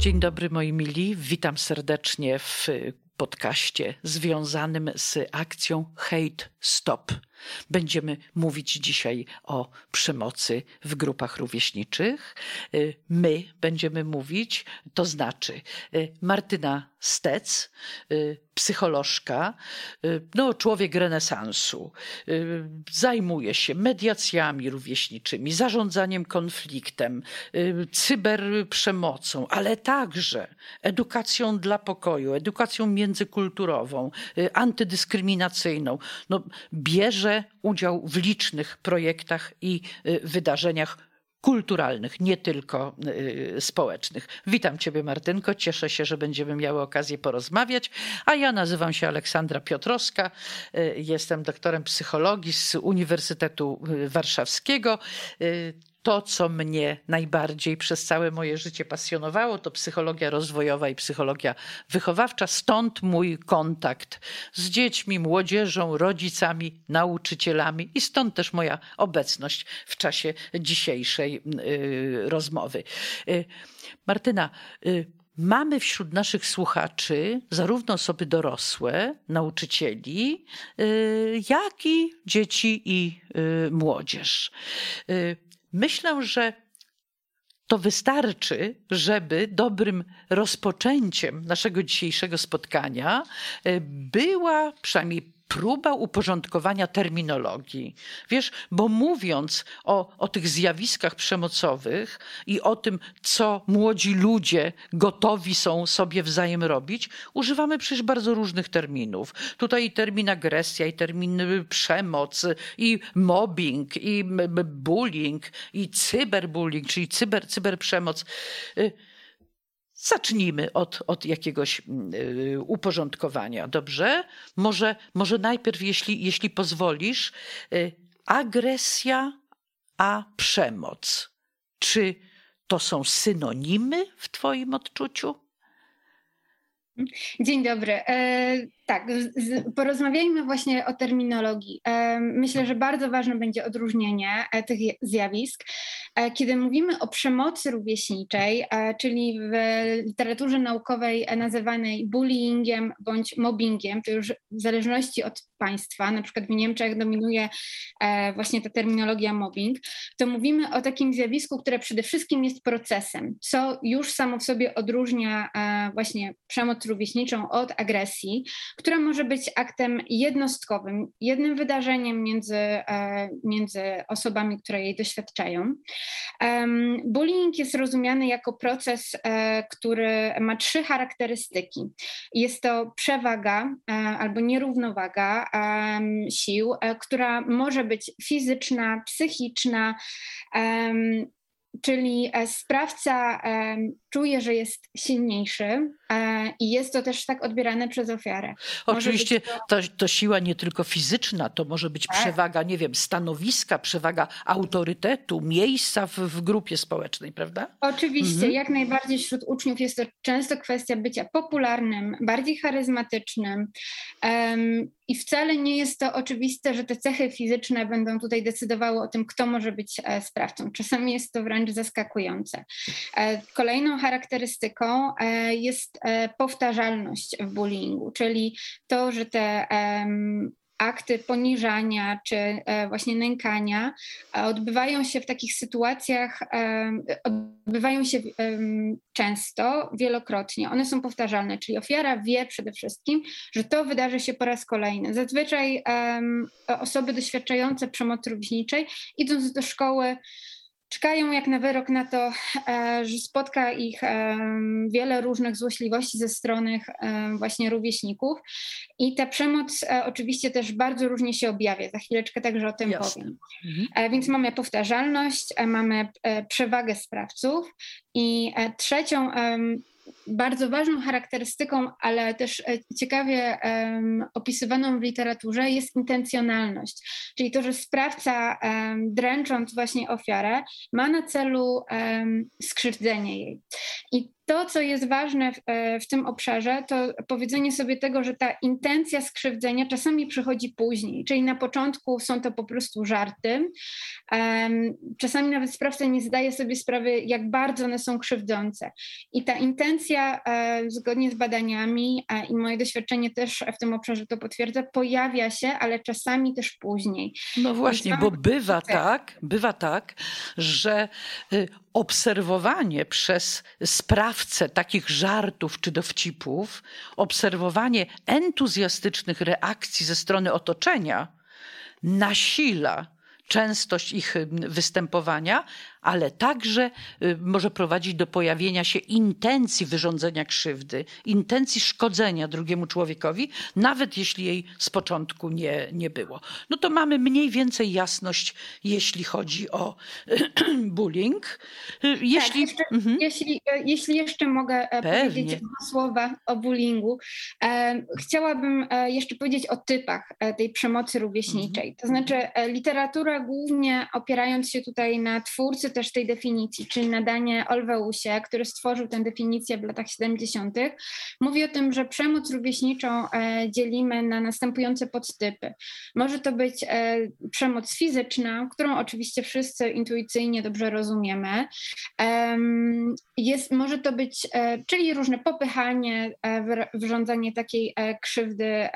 Dzień dobry moi mili, witam serdecznie w podcaście związanym z akcją Hate Stop. Będziemy mówić dzisiaj o przemocy w grupach rówieśniczych. My będziemy mówić, to znaczy Martyna Stec, psycholożka, człowiek renesansu, zajmuje się mediacjami rówieśniczymi, zarządzaniem konfliktem, cyberprzemocą, ale także edukacją dla pokoju, edukacją międzykulturową, antydyskryminacyjną. Bierze udział w licznych projektach i wydarzeniach kulturalnych, nie tylko społecznych. Witam Ciebie, Martynko, cieszę się, że będziemy miały okazję porozmawiać, a ja nazywam się Aleksandra Piotrowska, jestem doktorem psychologii z Uniwersytetu Warszawskiego. To, co mnie najbardziej przez całe moje życie pasjonowało, to psychologia rozwojowa i psychologia wychowawcza. Stąd mój kontakt z dziećmi, młodzieżą, rodzicami, nauczycielami i stąd też moja obecność w czasie dzisiejszej rozmowy. Martyna, mamy wśród naszych słuchaczy zarówno osoby dorosłe, nauczycieli, jak i dzieci i młodzież. Myślę, że to wystarczy, żeby dobrym rozpoczęciem naszego dzisiejszego spotkania była przynajmniej próba uporządkowania terminologii. Wiesz, bo mówiąc o tych zjawiskach przemocowych i o tym, co młodzi ludzie gotowi są sobie wzajem robić, używamy przecież bardzo różnych terminów. Tutaj i termin agresja, i termin przemoc, i mobbing, i bullying, i cyberbullying, czyli cyberprzemoc. Zacznijmy od jakiegoś uporządkowania, dobrze? Może najpierw, jeśli pozwolisz, agresja a przemoc. Czy to są synonimy w Twoim odczuciu? Dzień dobry. Tak, porozmawiajmy właśnie o terminologii. Myślę, że bardzo ważne będzie odróżnienie tych zjawisk. Kiedy mówimy o przemocy rówieśniczej, czyli w literaturze naukowej nazywanej bullyingiem bądź mobbingiem, to już w zależności od państwa, na przykład w Niemczech dominuje właśnie ta terminologia mobbing, to mówimy o takim zjawisku, które przede wszystkim jest procesem, co już samo w sobie odróżnia właśnie przemoc rówieśniczą od agresji, która może być aktem jednostkowym, jednym wydarzeniem między osobami, które jej doświadczają. Bullying jest rozumiany jako proces, który ma 3 charakterystyki. Jest to przewaga albo nierównowaga sił, która może być fizyczna, psychiczna, czyli sprawca czuje, że jest silniejszy i jest to też tak odbierane przez ofiarę. Oczywiście to siła nie tylko fizyczna, to może być przewaga, nie wiem, stanowiska, przewaga autorytetu, miejsca w grupie społecznej, prawda? Oczywiście, jak najbardziej wśród uczniów jest to często kwestia bycia popularnym, bardziej charyzmatycznym i wcale nie jest to oczywiste, że te cechy fizyczne będą tutaj decydowały o tym, kto może być sprawcą. Czasami jest to wręcz zaskakujące. Kolejną charakterystyką jest powtarzalność w bullyingu, czyli to, że te akty poniżania czy właśnie nękania odbywają się w takich sytuacjach, odbywają się często, wielokrotnie. One są powtarzalne, czyli ofiara wie przede wszystkim, że to wydarzy się po raz kolejny. Zazwyczaj osoby doświadczające przemocy rówieśniczej, idąc do szkoły, czekają jak na wyrok na to, że spotka ich wiele różnych złośliwości ze strony właśnie rówieśników i ta przemoc oczywiście też bardzo różnie się objawia. Za chwileczkę także o tym powiem. Więc mamy powtarzalność, mamy przewagę sprawców i trzecią bardzo ważną charakterystyką, ale też ciekawie opisywaną w literaturze jest intencjonalność, czyli to, że sprawca dręcząc właśnie ofiarę ma na celu skrzywdzenie jej. I to, co jest ważne w tym obszarze, to powiedzenie sobie tego, że ta intencja skrzywdzenia czasami przychodzi później, czyli na początku są to po prostu żarty. Czasami nawet sprawca nie zdaje sobie sprawy, jak bardzo one są krzywdzące. I ta intencja, zgodnie z badaniami i moje doświadczenie też w tym obszarze to potwierdza, pojawia się, ale czasami też później. No właśnie, bo bywa tak, że obserwowanie przez sprawcę takich żartów czy dowcipów, obserwowanie entuzjastycznych reakcji ze strony otoczenia nasila częstość ich występowania, ale także może prowadzić do pojawienia się intencji wyrządzenia krzywdy, intencji szkodzenia drugiemu człowiekowi, nawet jeśli jej z początku nie było. No to mamy mniej więcej jasność, jeśli chodzi o bullying. Jeśli jeszcze mogę powiedzieć 2 słowa o bullyingu, chciałabym jeszcze powiedzieć o typach tej przemocy rówieśniczej. To znaczy literatura głównie opierając się tutaj na twórcy też tej definicji, czyli na Danie Olweusie, który stworzył tę definicję w latach 70., mówi o tym, że przemoc rówieśniczą dzielimy na następujące podtypy. Może to być przemoc fizyczna, którą oczywiście wszyscy intuicyjnie dobrze rozumiemy. Może to być, czyli różne popychanie, wyrządzanie takiej krzywdy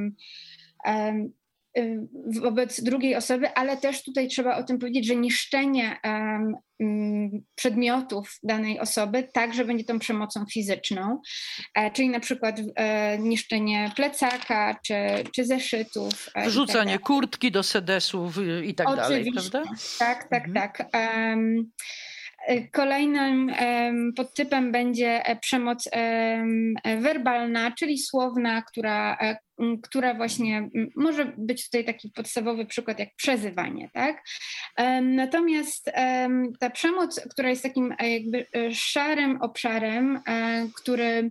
wobec drugiej osoby, ale też tutaj trzeba o tym powiedzieć, że niszczenie przedmiotów danej osoby także będzie tą przemocą fizyczną, czyli na przykład niszczenie plecaka czy zeszytów. Wrzucanie kurtki do sedesów i tak dalej, prawda? Tak. Kolejnym podtypem będzie przemoc werbalna, czyli słowna, która właśnie może być tutaj taki podstawowy przykład jak przezywanie, tak? Natomiast ta przemoc, która jest takim jakby szarym obszarem, który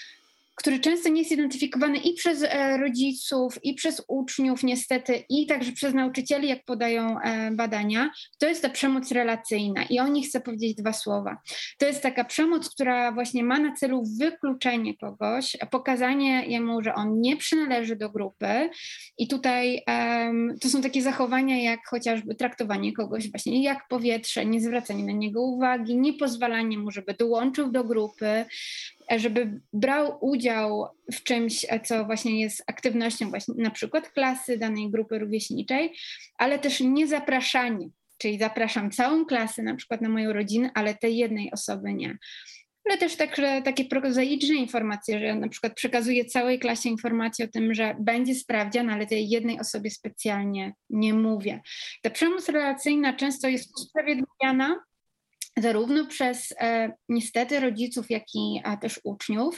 często nie jest identyfikowany i przez rodziców, i przez uczniów niestety, i także przez nauczycieli, jak podają badania, to jest ta przemoc relacyjna i o niej chcę powiedzieć 2 słowa. To jest taka przemoc, która właśnie ma na celu wykluczenie kogoś, pokazanie jemu, że on nie przynależy do grupy i tutaj to są takie zachowania jak chociażby traktowanie kogoś właśnie jak powietrze, nie zwracanie na niego uwagi, nie pozwalanie mu, żeby dołączył do grupy, żeby brał udział w czymś, co właśnie jest aktywnością właśnie na przykład klasy danej grupy rówieśniczej, ale też nie zapraszanie, czyli zapraszam całą klasę na przykład na moją rodzinę, ale tej jednej osoby nie. Ale też takie prozaiczne informacje, że ja na przykład przekazuję całej klasie informację o tym, że będzie sprawdzian, ale tej jednej osobie specjalnie nie mówię. Ta przemoc relacyjna często jest usprawiedliwiana zarówno przez niestety rodziców, jak i też uczniów.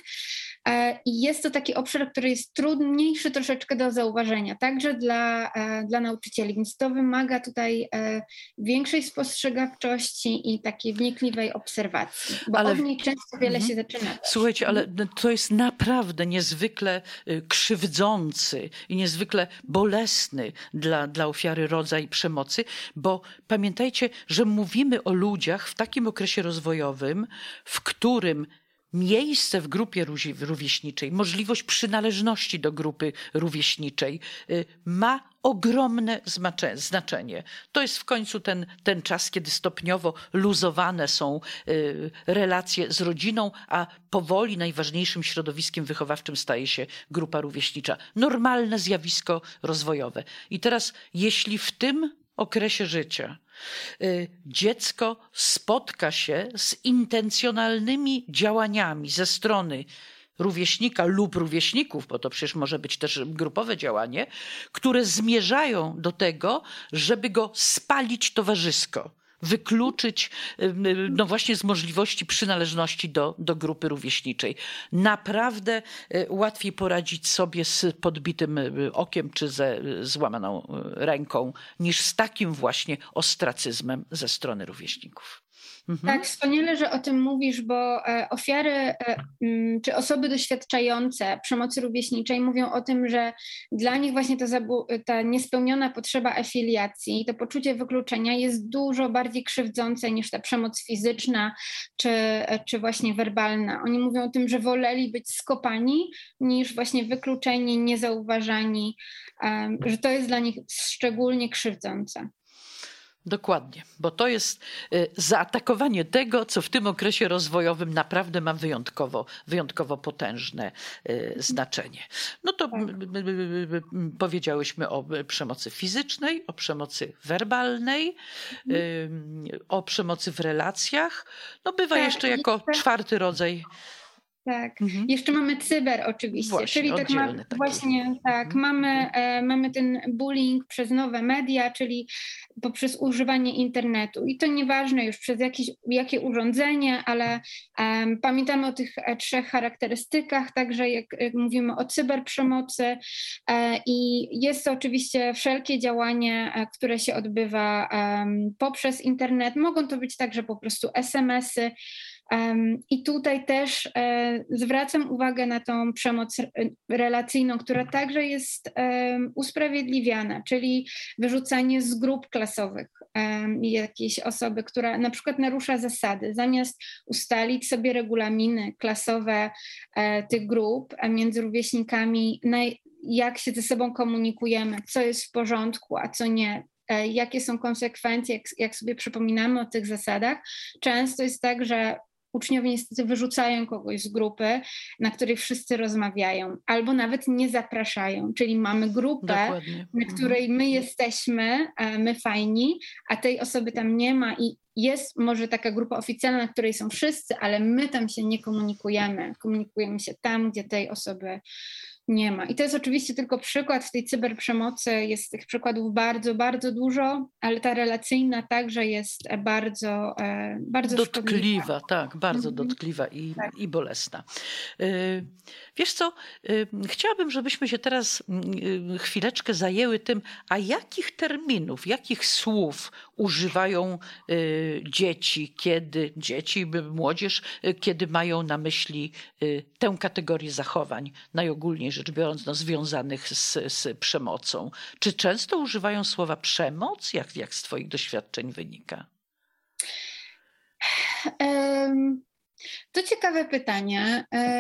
I jest to taki obszar, który jest trudniejszy troszeczkę do zauważenia, także dla nauczycieli, więc to wymaga tutaj większej spostrzegawczości i takiej wnikliwej obserwacji, bo od niej często wiele się zaczyna. Słuchajcie, ale to jest naprawdę niezwykle krzywdzący i niezwykle bolesny dla ofiary rodzaj przemocy, bo pamiętajcie, że mówimy o ludziach w takim okresie rozwojowym, w którym miejsce w grupie rówieśniczej, możliwość przynależności do grupy rówieśniczej ma ogromne znaczenie. To jest w końcu ten czas, kiedy stopniowo luzowane są relacje z rodziną, a powoli najważniejszym środowiskiem wychowawczym staje się grupa rówieśnicza. Normalne zjawisko rozwojowe. I teraz, jeśli w tym okresie życia dziecko spotka się z intencjonalnymi działaniami ze strony rówieśnika lub rówieśników, bo to przecież może być też grupowe działanie, które zmierzają do tego, żeby go spalić towarzysko, wykluczyć no właśnie z możliwości przynależności do grupy rówieśniczej. Naprawdę łatwiej poradzić sobie z podbitym okiem czy ze złamaną ręką niż z takim właśnie ostracyzmem ze strony rówieśników. Tak, wspaniale, że o tym mówisz, bo ofiary czy osoby doświadczające przemocy rówieśniczej mówią o tym, że dla nich właśnie ta niespełniona potrzeba afiliacji, to poczucie wykluczenia jest dużo bardziej krzywdzące niż ta przemoc fizyczna czy właśnie werbalna. Oni mówią o tym, że woleli być skopani niż właśnie wykluczeni, niezauważani, że to jest dla nich szczególnie krzywdzące. Dokładnie, bo to jest zaatakowanie tego, co w tym okresie rozwojowym naprawdę ma wyjątkowo potężne znaczenie. No to powiedziałyśmy o przemocy fizycznej, o przemocy werbalnej, o przemocy w relacjach. No bywa jeszcze jako czwarty rodzaj. Tak. Jeszcze mamy cyber oczywiście, właśnie, czyli mamy ten bullying przez nowe media, czyli poprzez używanie internetu. I to nieważne już przez jakie urządzenie, ale pamiętamy o tych 3 charakterystykach, także jak mówimy o cyberprzemocy i jest to oczywiście wszelkie działanie, które się odbywa poprzez internet. Mogą to być także po prostu SMS-y. I tutaj też zwracam uwagę na tą przemoc relacyjną, która także jest usprawiedliwiana, czyli wyrzucanie z grup klasowych jakiejś osoby, która na przykład narusza zasady. Zamiast ustalić sobie regulaminy klasowe tych grup między rówieśnikami, jak się ze sobą komunikujemy, co jest w porządku, a co nie, jakie są konsekwencje, jak sobie przypominamy o tych zasadach. Często jest tak, że uczniowie niestety wyrzucają kogoś z grupy, na której wszyscy rozmawiają, albo nawet nie zapraszają, czyli mamy grupę, na której my jesteśmy, my fajni, a tej osoby tam nie ma i jest może taka grupa oficjalna, na której są wszyscy, ale my tam się nie komunikujemy się tam, gdzie tej osoby nie ma. I to jest oczywiście tylko przykład. W tej cyberprzemocy jest tych przykładów bardzo, bardzo dużo, ale ta relacyjna także jest bardzo dotkliwa, szkodliwa. tak, bardzo dotkliwa i bolesna. Wiesz co, chciałabym, żebyśmy się teraz chwileczkę zajęły tym, a jakich terminów, jakich słów używają młodzież, kiedy mają na myśli tę kategorię zachowań, najogólniej rzecz biorąc, związanych z przemocą. Czy często używają słowa przemoc? Jak z twoich doświadczeń wynika? To ciekawe pytanie.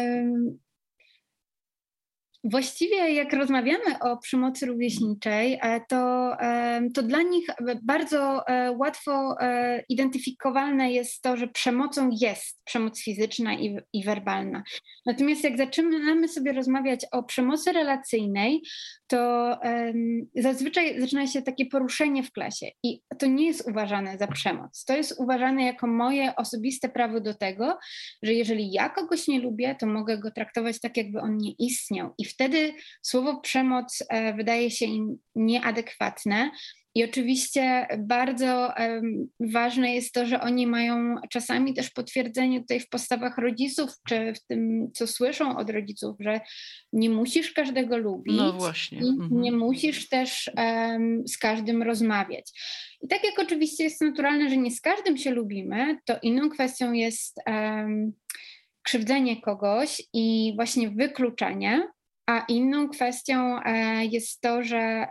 Właściwie jak rozmawiamy o przemocy rówieśniczej, to dla nich bardzo łatwo identyfikowalne jest to, że przemocą jest przemoc fizyczna i werbalna. Natomiast jak zaczynamy sobie rozmawiać o przemocy relacyjnej, to zazwyczaj zaczyna się takie poruszenie w klasie i to nie jest uważane za przemoc. To jest uważane jako moje osobiste prawo do tego, że jeżeli ja kogoś nie lubię, to mogę go traktować tak, jakby on nie istniał. I wtedy słowo przemoc wydaje się im nieadekwatne. I oczywiście bardzo ważne jest to, że oni mają czasami też potwierdzenie tutaj w postawach rodziców, czy w tym, co słyszą od rodziców, że nie musisz każdego lubić. No właśnie. I nie musisz też z każdym rozmawiać. I tak jak oczywiście jest naturalne, że nie z każdym się lubimy, to inną kwestią jest krzywdzenie kogoś i właśnie wykluczenie, a inną kwestią jest to, że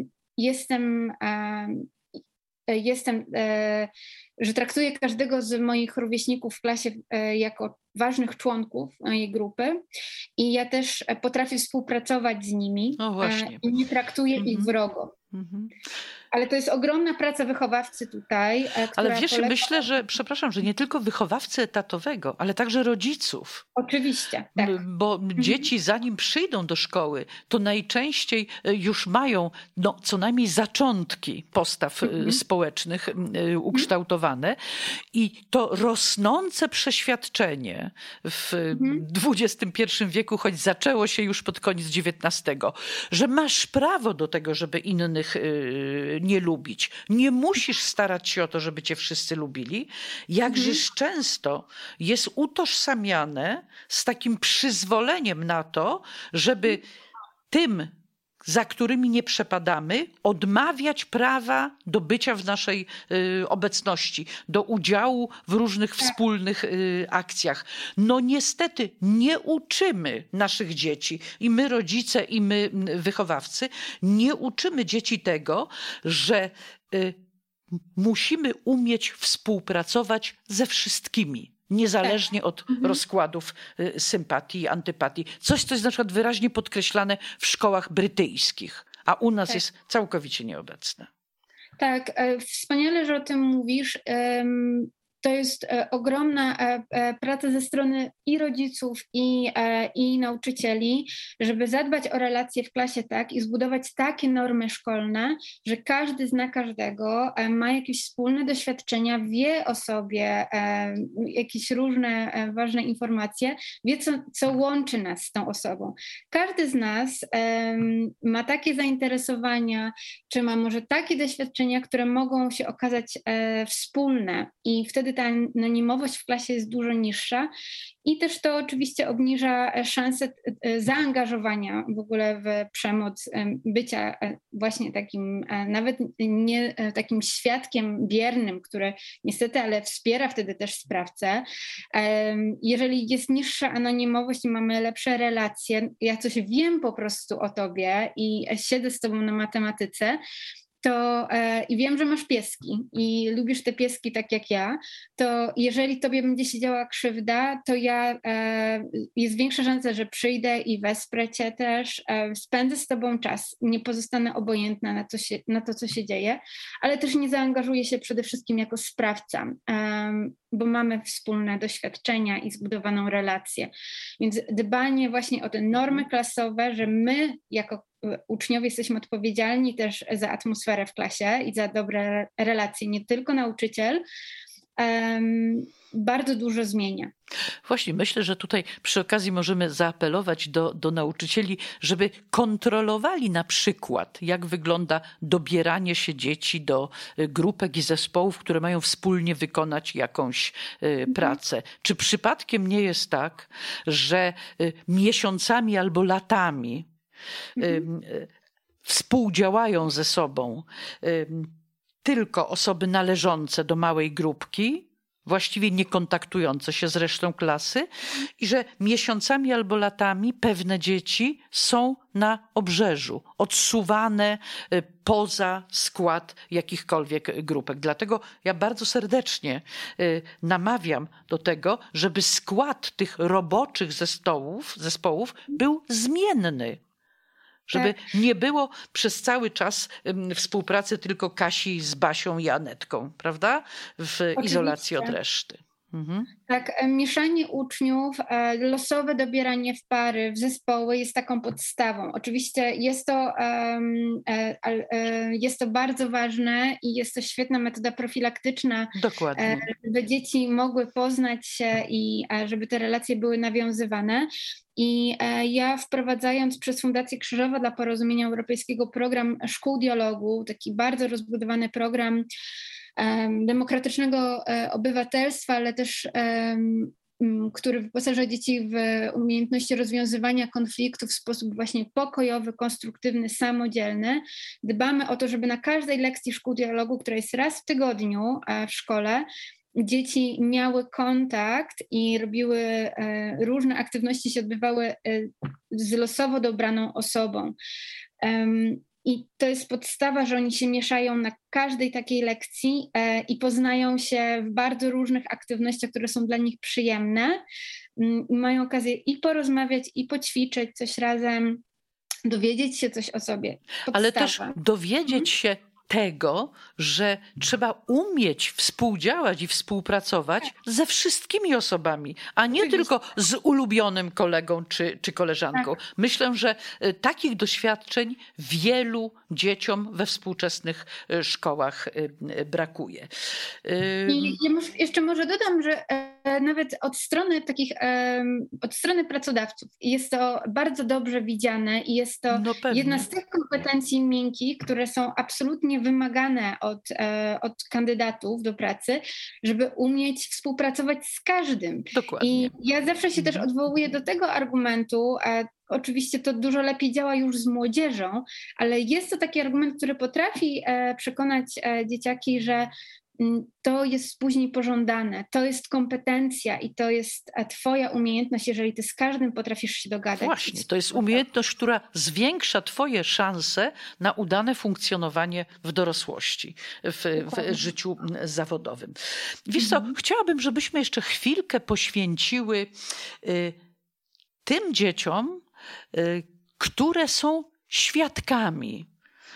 że traktuję każdego z moich rówieśników w klasie jako ważnych członków mojej grupy i ja też potrafię współpracować z nimi i nie traktuję ich wrogo. Ale to jest ogromna praca wychowawcy tutaj. Ale wiesz, myślę, że, przepraszam, że nie tylko wychowawcy etatowego, ale także rodziców. Oczywiście, tak. Bo dzieci zanim przyjdą do szkoły, to najczęściej już mają co najmniej zaczątki postaw społecznych ukształtowane i to rosnące przeświadczenie w XXI wieku, choć zaczęło się już pod koniec XIX, że masz prawo do tego, żeby innych nie lubić. Nie musisz starać się o to, żeby cię wszyscy lubili. Jakżeż często jest utożsamiane z takim przyzwoleniem na to, żeby tym za którymi nie przepadamy, odmawiać prawa do bycia w naszej obecności, do udziału w różnych wspólnych akcjach. No niestety nie uczymy naszych dzieci, i my rodzice, i my wychowawcy, nie uczymy dzieci tego, że musimy umieć współpracować ze wszystkimi. Niezależnie od rozkładów sympatii i antypatii. Coś, co jest na przykład wyraźnie podkreślane w szkołach brytyjskich, a u nas jest całkowicie nieobecne. Tak, wspaniale, że o tym mówisz. To jest ogromna praca ze strony i rodziców, i nauczycieli, żeby zadbać o relacje w klasie tak i zbudować takie normy szkolne, że każdy zna każdego, ma jakieś wspólne doświadczenia, wie o sobie jakieś różne ważne informacje, wie co łączy nas z tą osobą. Każdy z nas ma takie zainteresowania, czy ma może takie doświadczenia, które mogą się okazać wspólne i wtedy ta anonimowość w klasie jest dużo niższa i też to oczywiście obniża szanse zaangażowania w ogóle w przemoc, bycia właśnie takim, nawet nie takim świadkiem biernym, który niestety, ale wspiera wtedy też sprawcę. Jeżeli jest niższa anonimowość i mamy lepsze relacje, ja coś wiem po prostu o tobie i siedzę z tobą na matematyce, i wiem, że masz pieski i lubisz te pieski tak jak ja, to jeżeli tobie będzie się działa krzywda, to jest większa szansa, że przyjdę i wesprę cię też, spędzę z tobą czas, nie pozostanę obojętna na to, co się dzieje, ale też nie zaangażuję się przede wszystkim jako sprawca, bo mamy wspólne doświadczenia i zbudowaną relację. Więc dbanie właśnie o te normy klasowe, że my jako uczniowie jesteśmy odpowiedzialni też za atmosferę w klasie i za dobre relacje, nie tylko nauczyciel, bardzo dużo zmienia. Właśnie, myślę, że tutaj przy okazji możemy zaapelować do nauczycieli, żeby kontrolowali na przykład, jak wygląda dobieranie się dzieci do grupek i zespołów, które mają wspólnie wykonać jakąś pracę. Czy przypadkiem nie jest tak, że miesiącami albo latami współdziałają ze sobą tylko osoby należące do małej grupki, właściwie nie kontaktujące się z resztą klasy i że miesiącami albo latami pewne dzieci są na obrzeżu, odsuwane poza skład jakichkolwiek grupek. Dlatego ja bardzo serdecznie namawiam do tego, żeby skład tych roboczych zespołów był zmienny. Żeby nie było przez cały czas współpracy tylko Kasi z Basią i Anetką, prawda? W izolacji od reszty. Tak, mieszanie uczniów, losowe dobieranie w pary, w zespoły jest taką podstawą. Oczywiście jest to bardzo ważne i jest to świetna metoda profilaktyczna, żeby dzieci mogły poznać się i żeby te relacje były nawiązywane. I ja wprowadzając przez Fundację Krzyżowa dla Porozumienia Europejskiego program szkół dialogu, taki bardzo rozbudowany program demokratycznego obywatelstwa, ale też który wyposaża dzieci w umiejętności rozwiązywania konfliktów w sposób właśnie pokojowy, konstruktywny, samodzielny. Dbamy o to, żeby na każdej lekcji szkół dialogu, która jest raz w tygodniu w szkole, dzieci miały kontakt i robiły różne aktywności, się odbywały z losowo dobraną osobą. I to jest podstawa, że oni się mieszają na każdej takiej lekcji i poznają się w bardzo różnych aktywnościach, które są dla nich przyjemne. I mają okazję i porozmawiać, i poćwiczyć coś razem, dowiedzieć się coś o sobie. Podstawa. Ale też dowiedzieć się tego, że trzeba umieć współdziałać i współpracować ze wszystkimi osobami, a nie tylko z ulubionym kolegą czy koleżanką. Myślę, że takich doświadczeń wielu dzieciom we współczesnych szkołach brakuje. I jeszcze może dodam, że nawet od strony pracodawców jest to bardzo dobrze widziane i jest to jedna z tych kompetencji miękkich, które są absolutnie wymagane od kandydatów do pracy, żeby umieć współpracować z każdym. Dokładnie. I ja zawsze się też odwołuję do tego argumentu, oczywiście to dużo lepiej działa już z młodzieżą, ale jest to taki argument, który potrafi przekonać dzieciaki, że to jest później pożądane, to jest kompetencja i to jest twoja umiejętność, jeżeli ty z każdym potrafisz się dogadać. Właśnie, to jest umiejętność, która zwiększa twoje szanse na udane funkcjonowanie w dorosłości, w życiu zawodowym. Wiesz co, chciałabym, żebyśmy jeszcze chwilkę poświęciły tym dzieciom, które są świadkami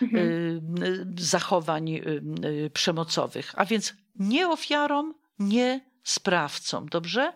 zachowań przemocowych, a więc nie ofiarom, nie sprawcom, dobrze?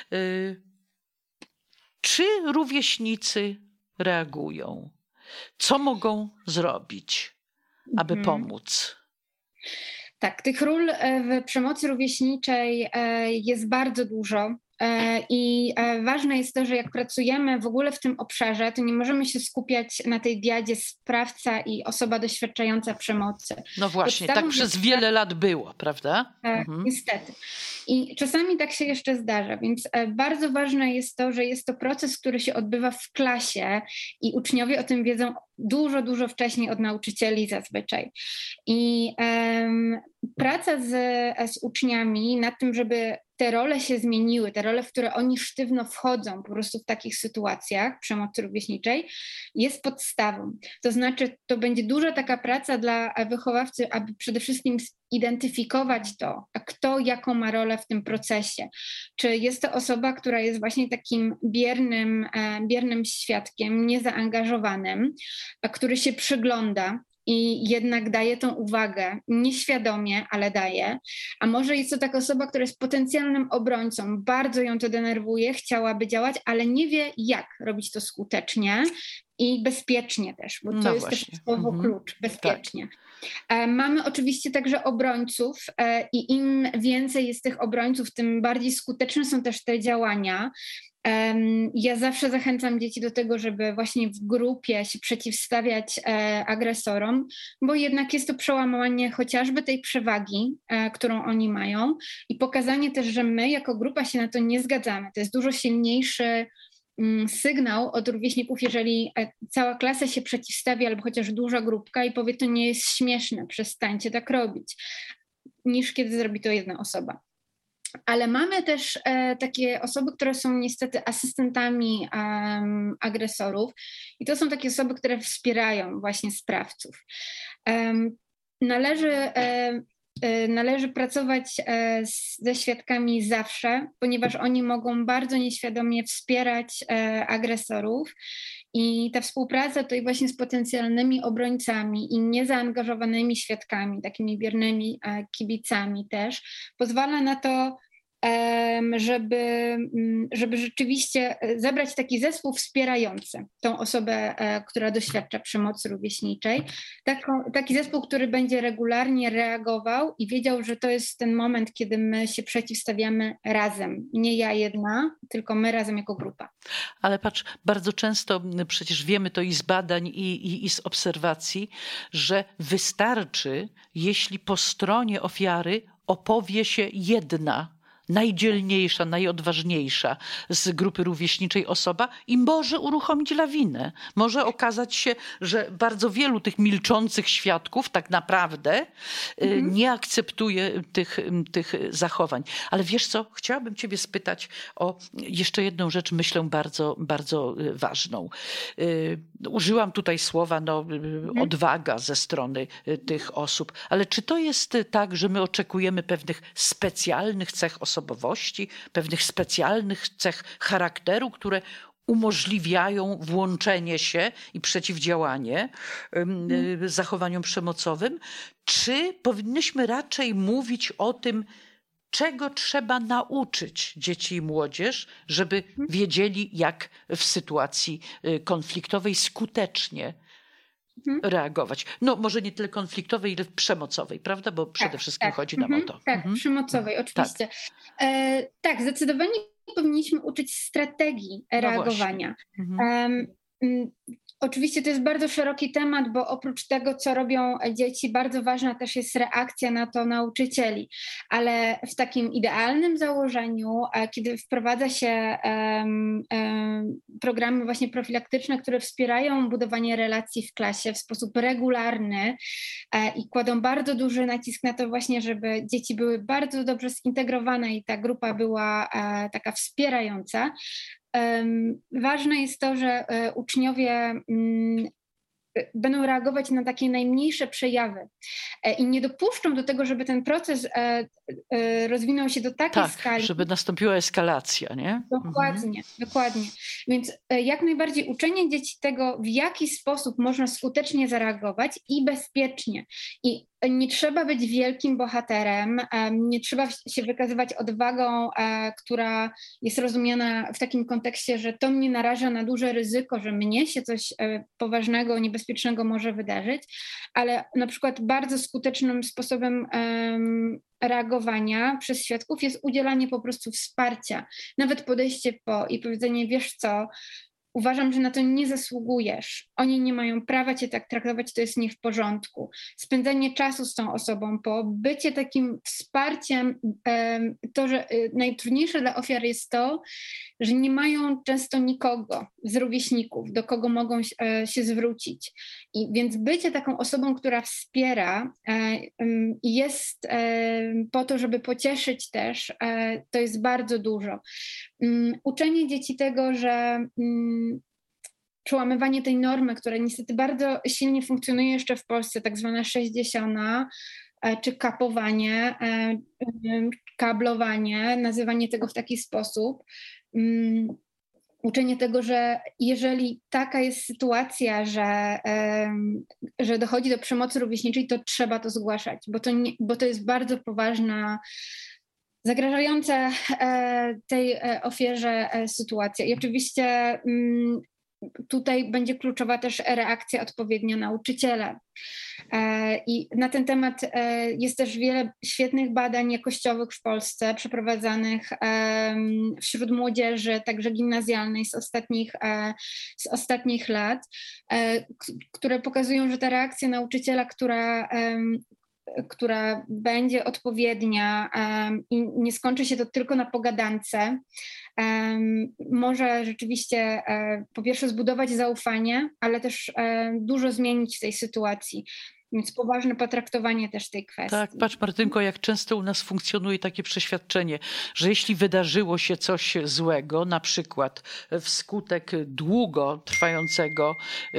Czy rówieśnicy reagują? Co mogą zrobić, aby pomóc? Tak, tych ról w przemocy rówieśniczej jest bardzo dużo. I ważne jest to, że jak pracujemy w ogóle w tym obszarze, to nie możemy się skupiać na tej diadzie sprawca i osoba doświadczająca przemocy. No właśnie, tak przez wiele lat było, prawda? Niestety. I czasami tak się jeszcze zdarza, więc bardzo ważne jest to, że jest to proces, który się odbywa w klasie i uczniowie o tym wiedzą dużo wcześniej od nauczycieli zazwyczaj. I praca z uczniami nad tym, żeby te role się zmieniły, te role, w które oni sztywno wchodzą po prostu w takich sytuacjach przemocy rówieśniczej, jest podstawą. To znaczy, to będzie duża taka praca dla wychowawcy, aby przede wszystkim identyfikować to, kto jaką ma rolę w tym procesie. Czy jest to osoba, która jest właśnie takim biernym świadkiem, niezaangażowanym, który się przygląda i jednak daje tą uwagę, nieświadomie, ale daje. A może jest to taka osoba, która jest potencjalnym obrońcą, bardzo ją to denerwuje, chciałaby działać, ale nie wie, jak robić to skutecznie i bezpiecznie też, bo to jest też słowo klucz, bezpiecznie. Tak. Mamy oczywiście także obrońców i im więcej jest tych obrońców, tym bardziej skuteczne są też te działania. Ja zawsze zachęcam dzieci do tego, żeby właśnie w grupie się przeciwstawiać agresorom, bo jednak jest to przełamanie chociażby tej przewagi, którą oni mają i pokazanie też, że my jako grupa się na to nie zgadzamy. To jest dużo silniejszy sygnał od rówieśników, jeżeli cała klasa się przeciwstawia albo chociaż duża grupka i powie, to nie jest śmieszne, przestańcie tak robić, niż kiedy zrobi to jedna osoba. Ale mamy też takie osoby, które są niestety asystentami agresorów i to są takie osoby, które wspierają właśnie sprawców. Należy pracować ze świadkami zawsze, ponieważ oni mogą bardzo nieświadomie wspierać agresorów i ta współpraca tutaj właśnie z potencjalnymi obrońcami i niezaangażowanymi świadkami, takimi biernymi kibicami też, pozwala na to, żeby rzeczywiście zebrać taki zespół wspierający tą osobę, która doświadcza przemocy rówieśniczej. Taki zespół, który będzie regularnie reagował i wiedział, że to jest ten moment, kiedy my się przeciwstawiamy razem. Nie ja jedna, tylko my razem jako grupa. Ale patrz, bardzo często przecież wiemy to i z badań, i z obserwacji, że wystarczy, jeśli po stronie ofiary opowie się jedna najdzielniejsza, najodważniejsza z grupy rówieśniczej osoba i może uruchomić lawinę. Może okazać się, że bardzo wielu tych milczących świadków tak naprawdę nie akceptuje tych zachowań. Ale wiesz co, chciałabym ciebie spytać o jeszcze jedną rzecz, myślę bardzo, bardzo ważną. Użyłam tutaj słowa odwaga ze strony tych osób, ale czy to jest tak, że my oczekujemy pewnych specjalnych cech osobowości, pewnych specjalnych cech charakteru, które umożliwiają włączenie się i przeciwdziałanie zachowaniom przemocowym? Czy powinnyśmy raczej mówić o tym, czego trzeba nauczyć dzieci i młodzież, żeby wiedzieli, jak w sytuacji konfliktowej skutecznie reagować. No może nie tyle konfliktowej, ile przemocowej, prawda? Bo przede wszystkim chodzi nam o to. Tak, przemocowej, oczywiście. Tak, zdecydowanie powinniśmy uczyć strategii reagowania. Oczywiście to jest bardzo szeroki temat, bo oprócz tego, co robią dzieci, bardzo ważna też jest reakcja na to nauczycieli. Ale w takim idealnym założeniu, kiedy wprowadza się programy właśnie profilaktyczne, które wspierają budowanie relacji w klasie w sposób regularny i kładą bardzo duży nacisk na to właśnie, żeby dzieci były bardzo dobrze zintegrowane i ta grupa była taka wspierająca. Ważne jest to, że uczniowie będą reagować na takie najmniejsze przejawy i nie dopuszczą do tego, żeby ten proces rozwinął się do takiej skali. Żeby nastąpiła eskalacja, nie? Dokładnie. Więc jak najbardziej uczenie dzieci tego, w jaki sposób można skutecznie zareagować i bezpiecznie. I nie trzeba być wielkim bohaterem, nie trzeba się wykazywać odwagą, która jest rozumiana w takim kontekście, że to mnie naraża na duże ryzyko, że mnie się coś poważnego, niebezpiecznego może wydarzyć, ale na przykład bardzo skutecznym sposobem reagowania przez świadków jest udzielanie po prostu wsparcia, nawet podejście i powiedzenie, wiesz co, uważam, że na to nie zasługujesz. Oni nie mają prawa cię tak traktować, to jest nie w porządku. Spędzanie czasu z tą osobą, bycie takim wsparciem, to, że najtrudniejsze dla ofiar jest to, że nie mają często nikogo z rówieśników, do kogo mogą się zwrócić. Więc bycie taką osobą, która wspiera i jest po to, żeby pocieszyć też, to jest bardzo dużo. Uczenie dzieci tego, że przełamywanie tej normy, która niestety bardzo silnie funkcjonuje jeszcze w Polsce, tak zwana 60, czy kapowanie, kablowanie, nazywanie tego w taki sposób. Uczenie tego, że jeżeli taka jest sytuacja, że dochodzi do przemocy rówieśniczej, to trzeba to zgłaszać, bo to jest bardzo poważna, zagrażająca tej ofierze sytuacja. I oczywiście tutaj będzie kluczowa też reakcja odpowiednia nauczyciela. I na ten temat jest też wiele świetnych badań jakościowych w Polsce przeprowadzanych wśród młodzieży, także gimnazjalnej z ostatnich lat, które pokazują, że ta reakcja nauczyciela, która będzie odpowiednia i nie skończy się to tylko na pogadańce, może rzeczywiście po pierwsze zbudować zaufanie, ale też dużo zmienić w tej sytuacji. Więc poważne potraktowanie też tej kwestii. Tak, patrz Martynko, jak często u nas funkcjonuje takie przeświadczenie, że jeśli wydarzyło się coś złego, na przykład wskutek długo trwającego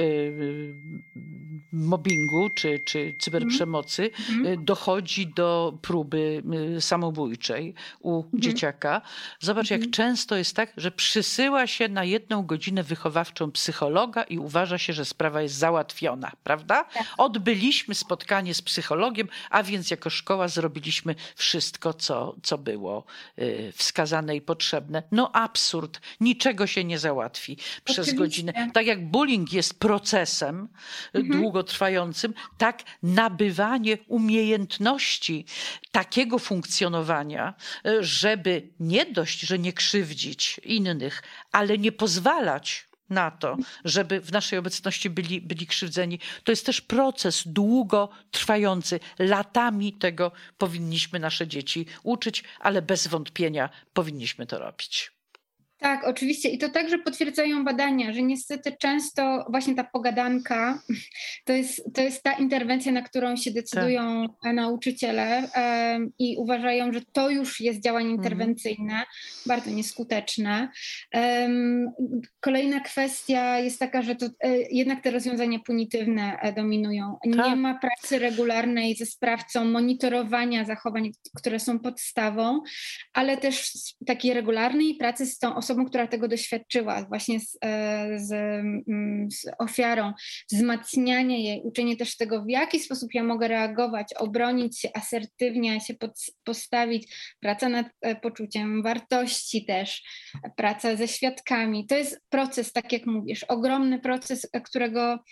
mobbingu czy cyberprzemocy, dochodzi do próby samobójczej u dzieciaka. Zobacz, jak często jest tak, że przysyła się na 1 godzinę wychowawczą psychologa i uważa się, że sprawa jest załatwiona, prawda? Tak. Odbyliśmy spotkanie z psychologiem, a więc jako szkoła zrobiliśmy wszystko, co było wskazane i potrzebne. No absurd, niczego się nie załatwi przez godzinę. Tak jak bullying jest procesem długotrwającym, tak nabywanie umiejętności takiego funkcjonowania, żeby nie dość, że nie krzywdzić innych, ale nie pozwalać na to, żeby w naszej obecności byli krzywdzeni. To jest też proces długotrwający. Latami tego powinniśmy nasze dzieci uczyć, ale bez wątpienia powinniśmy to robić. Tak, oczywiście. I to także potwierdzają badania, że niestety często właśnie ta pogadanka to jest ta interwencja, na którą się decydują nauczyciele i uważają, że to już jest działanie interwencyjne, bardzo nieskuteczne. Kolejna kwestia jest taka, że to jednak te rozwiązania punitywne dominują. Nie ma pracy regularnej ze sprawcą, monitorowania zachowań, które są podstawą, ale też takiej regularnej pracy z tą osobą, która tego doświadczyła, właśnie z ofiarą, wzmacnianie jej, uczenie też tego, w jaki sposób ja mogę reagować, obronić się asertywnie, się postawić, praca nad poczuciem wartości też, praca ze świadkami. To jest proces, tak jak mówisz, ogromny proces, którego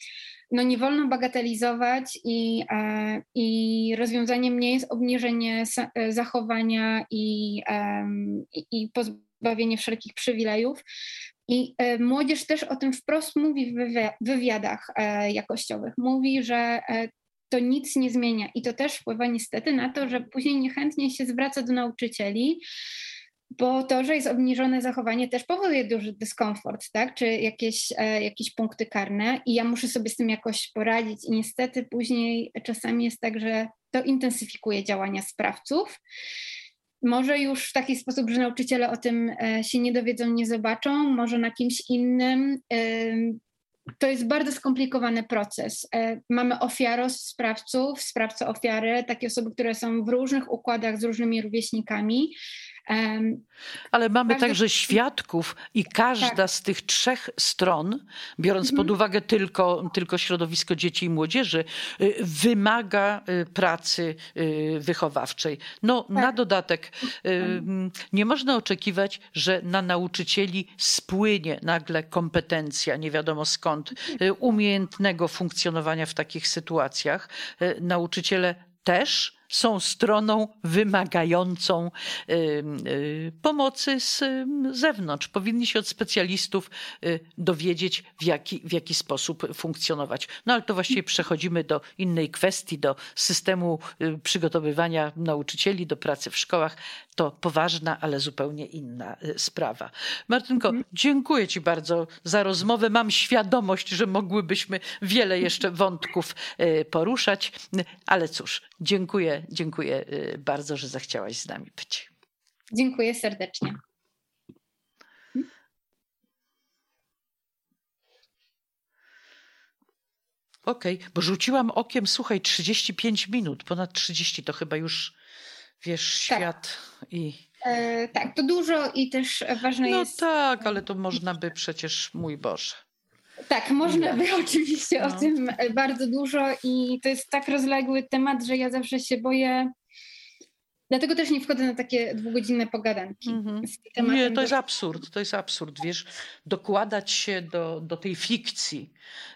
no nie wolno bagatelizować i rozwiązaniem nie jest obniżenie zachowania i pozbawienie wszelkich przywilejów. I młodzież też o tym wprost mówi w wywiadach jakościowych. Mówi, że to nic nie zmienia i to też wpływa niestety na to, że później niechętnie się zwraca do nauczycieli, bo to, że jest obniżone zachowanie, też powoduje duży dyskomfort, tak? Czy jakieś punkty karne i ja muszę sobie z tym jakoś poradzić i niestety później czasami jest tak, że to intensyfikuje działania sprawców. Może już w taki sposób, że nauczyciele o tym się nie dowiedzą, nie zobaczą, może na kimś innym. To jest bardzo skomplikowany proces. Mamy sprawców, sprawcy-ofiary, takie osoby, które są w różnych układach z różnymi rówieśnikami. Ale mamy także świadków i każda z tych trzech stron, biorąc pod uwagę tylko środowisko dzieci i młodzieży, wymaga pracy wychowawczej. No, na dodatek nie można oczekiwać, że na nauczycieli spłynie nagle kompetencja, nie wiadomo skąd, umiejętnego funkcjonowania w takich sytuacjach. Nauczyciele też są stroną wymagającą pomocy z zewnątrz. Powinni się od specjalistów dowiedzieć, w jaki sposób funkcjonować. No ale to właściwie przechodzimy do innej kwestii, do systemu przygotowywania nauczycieli do pracy w szkołach. To poważna, ale zupełnie inna sprawa. Martynko, dziękuję Ci bardzo za rozmowę. Mam świadomość, że mogłybyśmy wiele jeszcze wątków poruszać, ale cóż, dziękuję bardzo, że zechciałaś z nami być. Dziękuję serdecznie. Okej, bo rzuciłam okiem, słuchaj, 35 minut, ponad 30 to chyba już, wiesz, świat i... tak, to dużo i też ważne jest... No tak, ale to można by przecież, mój Boże. Tak, można by oczywiście o tym bardzo dużo i to jest tak rozległy temat, że ja zawsze się boję. Dlatego też nie wchodzę na takie dwugodzinne pogadanki. Nie, to jest absurd, wiesz, dokładać się do tej fikcji,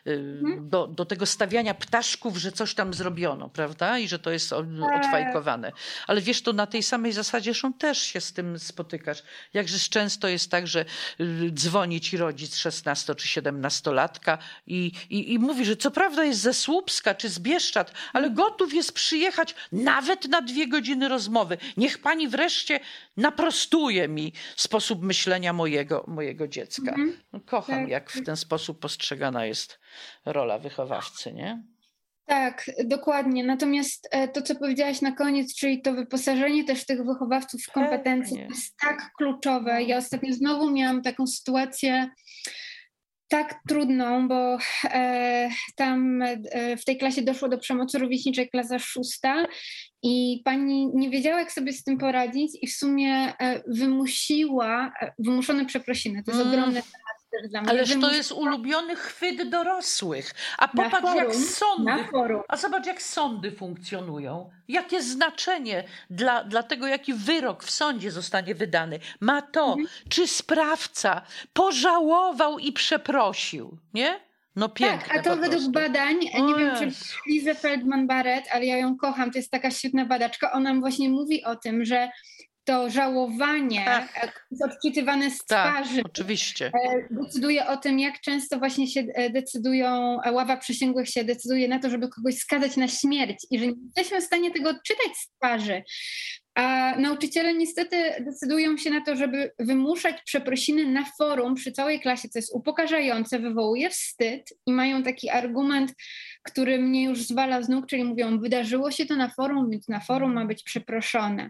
do tego stawiania ptaszków, że coś tam zrobiono, prawda? I że to jest odfajkowane. Ale wiesz, to na tej samej zasadzie też się z tym spotykasz. Jakżeż często jest tak, że dzwoni ci rodzic 16 czy 17-latka i mówi, że co prawda jest ze Słupska czy z Bieszczad, ale gotów jest przyjechać nawet na 2 godziny rozmowy. Niech pani wreszcie naprostuje mi sposób myślenia mojego dziecka. Kocham, jak w ten sposób postrzegana jest rola wychowawcy, nie? Tak, dokładnie. Natomiast to, co powiedziałaś na koniec, czyli to wyposażenie też tych wychowawców w kompetencje jest tak kluczowe. Ja ostatnio znowu miałam taką sytuację tak trudną, bo tam w tej klasie doszło do przemocy rówieśniczej, klasa 6 i pani nie wiedziała, jak sobie z tym poradzić i w sumie wymuszone przeprosiny. To jest ogromny temat dla mnie. Ależ to jest ulubiony chwyt dorosłych. A popatrz, zobacz, jak sądy funkcjonują. Jakie znaczenie dla tego, jaki wyrok w sądzie zostanie wydany, ma to, czy sprawca pożałował i przeprosił, nie? No piękne. Tak, a to według badań, nie wiem czy Lizę Feldman-Barrett, ale ja ją kocham, to jest taka świetna badaczka, ona właśnie mówi o tym, że to żałowanie jest odczytywane z twarzy. Oczywiście. Decyduje o tym, jak często właśnie się ława przysięgłych się decyduje na to, żeby kogoś skazać na śmierć i że nie jesteśmy w stanie tego odczytać z twarzy. A nauczyciele niestety decydują się na to, żeby wymuszać przeprosiny na forum przy całej klasie, co jest upokarzające, wywołuje wstyd i mają taki argument, który mnie już zwala z nóg, czyli mówią, wydarzyło się to na forum, więc na forum ma być przeproszone.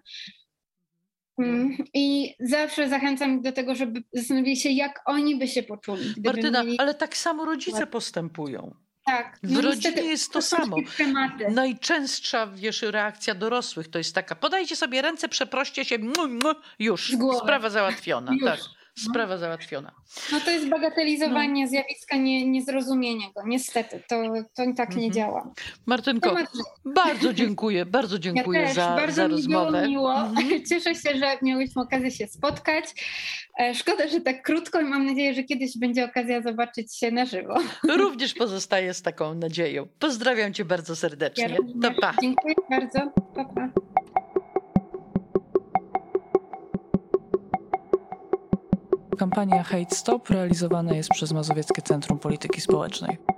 I zawsze zachęcam do tego, żeby zastanowili się, jak oni by się poczuli. Martyna, ale tak samo rodzice postępują. Tak. W rodzinie jest to samo. Najczęstsza, reakcja dorosłych to jest taka, podajcie sobie ręce, przeproście się, już, sprawa załatwiona. Tak. sprawa załatwiona. No to jest bagatelizowanie zjawiska, niezrozumienie go. Niestety, to tak nie działa. Martynko, bardzo dziękuję Ja też, za rozmowę. Bardzo miło. Cieszę się, że miałyśmy okazję się spotkać. Szkoda, że tak krótko i mam nadzieję, że kiedyś będzie okazja zobaczyć się na żywo. Również pozostaję z taką nadzieją. Pozdrawiam cię bardzo serdecznie. Ja To pa. Dziękuję bardzo. Pa, pa. Kampania Hate Stop realizowana jest przez Mazowieckie Centrum Polityki Społecznej.